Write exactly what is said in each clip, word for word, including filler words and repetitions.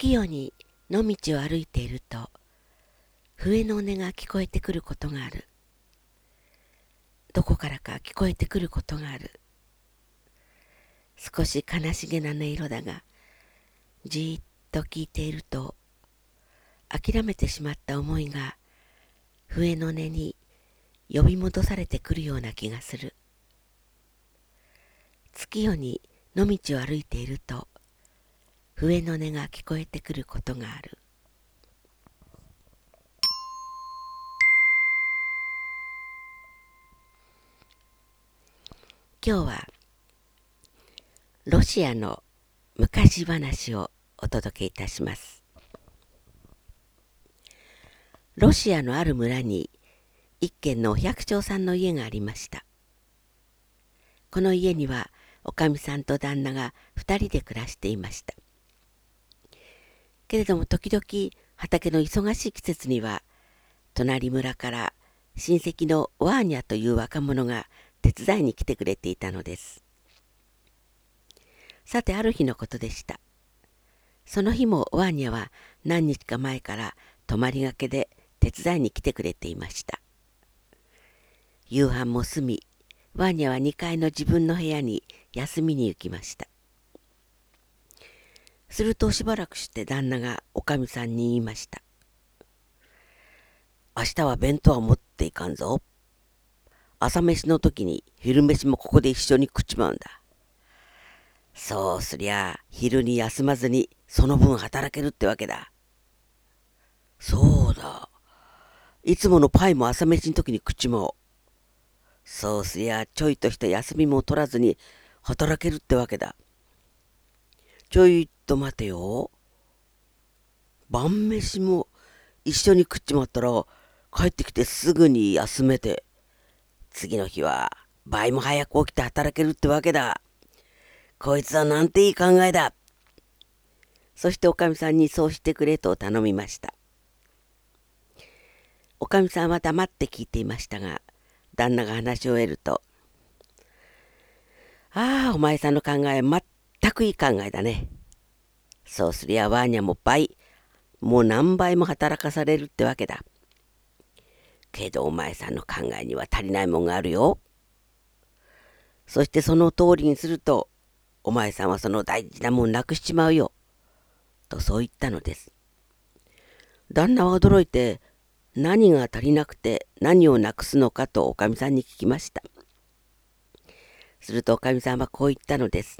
月夜に野道を歩いていると、笛の音が聞こえてくることがある。どこからか聞こえてくることがある。少し悲しげな音色だが、じーっと聞いていると、諦めてしまった思いが笛の音に呼び戻されてくるような気がする。月夜に野道を歩いていると、笛の音が聞こえてくることがある。今日はロシアの昔話をお届けいたします。ロシアのある村に一軒のお百姓さんの家がありました。この家にはおかみさんと旦那が二人で暮らしていました。けれども時々畑の忙しい季節には隣村から親戚のワーニャという若者が手伝いに来てくれていたのです。さてある日のことでした。その日もワーニャは何日か前から泊まりがけで手伝いに来てくれていました。夕飯も済み、ワーニャはにかいの自分の部屋に休みに行きました。するとしばらくして旦那がおかみさんに言いました。明日は弁当は持っていかんぞ。朝飯の時に昼飯もここで一緒に食っちまうんだ。そうすりゃ昼に休まずにその分働けるってわけだ。そうだ。いつものパイも朝飯の時に食っちまおう。そうすりゃちょいとした休みも取らずに働けるってわけだ。ちょいと待てよ。晩飯も一緒に食っちまったら帰ってきてすぐに休めて、次の日は倍も早く起きて働けるってわけだ。こいつはなんていい考えだ。そしておかみさんにそうしてくれと頼みました。おかみさんは黙って聞いていましたが、旦那が話し終えると、ああ、お前さんの考え全くいい考えだね。そうすりゃワーニャも倍、もう何倍も働かされるってわけだ。けどお前さんの考えには足りないもんがあるよ。そしてその通りにすると、お前さんはその大事なもんなくしちまうよ。とそう言ったのです。旦那は驚いて、何が足りなくて何をなくすのかとおかみさんに聞きました。するとおかみさんはこう言ったのです。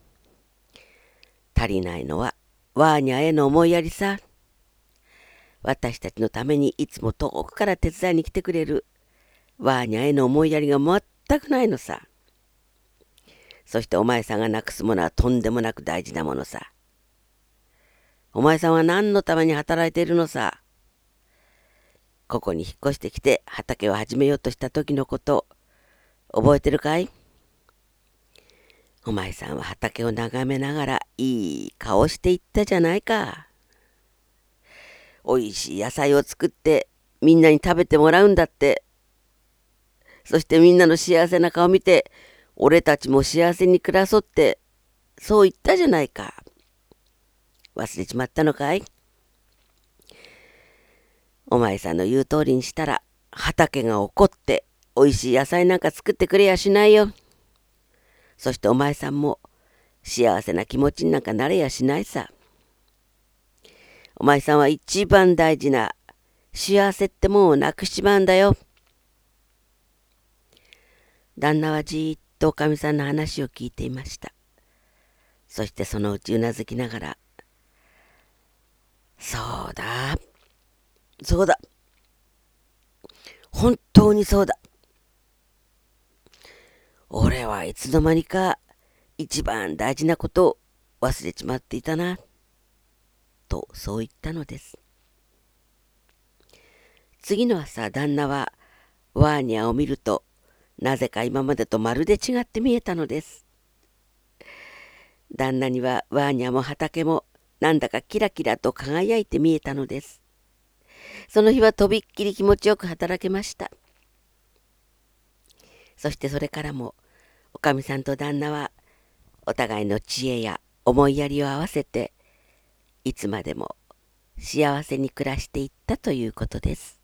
足りないのはワーニャへの思いやりさ。私たちのためにいつも遠くから手伝いに来てくれるワーニャへの思いやりが全くないのさ。そしてお前さんがなくすものはとんでもなく大事なものさ。お前さんは何のために働いているのさ。ここに引っ越してきて畑を始めようとした時のこと覚えてるかい？お前さんは畑を眺めながらいい顔していったじゃないか。おいしい野菜を作ってみんなに食べてもらうんだって。そしてみんなの幸せな顔を見て、俺たちも幸せに暮らそうって、そう言ったじゃないか。忘れちまったのかい？お前さんの言う通りにしたら、畑が怒って、おいしい野菜なんか作ってくれやしないよ。そしてお前さんも、幸せな気持ちになんかなれやしないさ。お前さんは一番大事な幸せってもんをなくしちまうんだよ。旦那はじーっとおかみさんの話を聞いていました。そしてそのうちうなずきながら、そうだ、そうだ、本当にそうだ。俺はいつの間にか一番大事なことを忘れちまっていたな、とそう言ったのです。次の朝、旦那はワーニャを見ると、なぜか今までとまるで違って見えたのです。旦那にはワーニャも畑もなんだかキラキラと輝いて見えたのです。その日はとびっきり気持ちよく働けました。そしてそれからもおかみさんと旦那はお互いの知恵や思いやりを合わせていつまでも幸せに暮らしていったということです。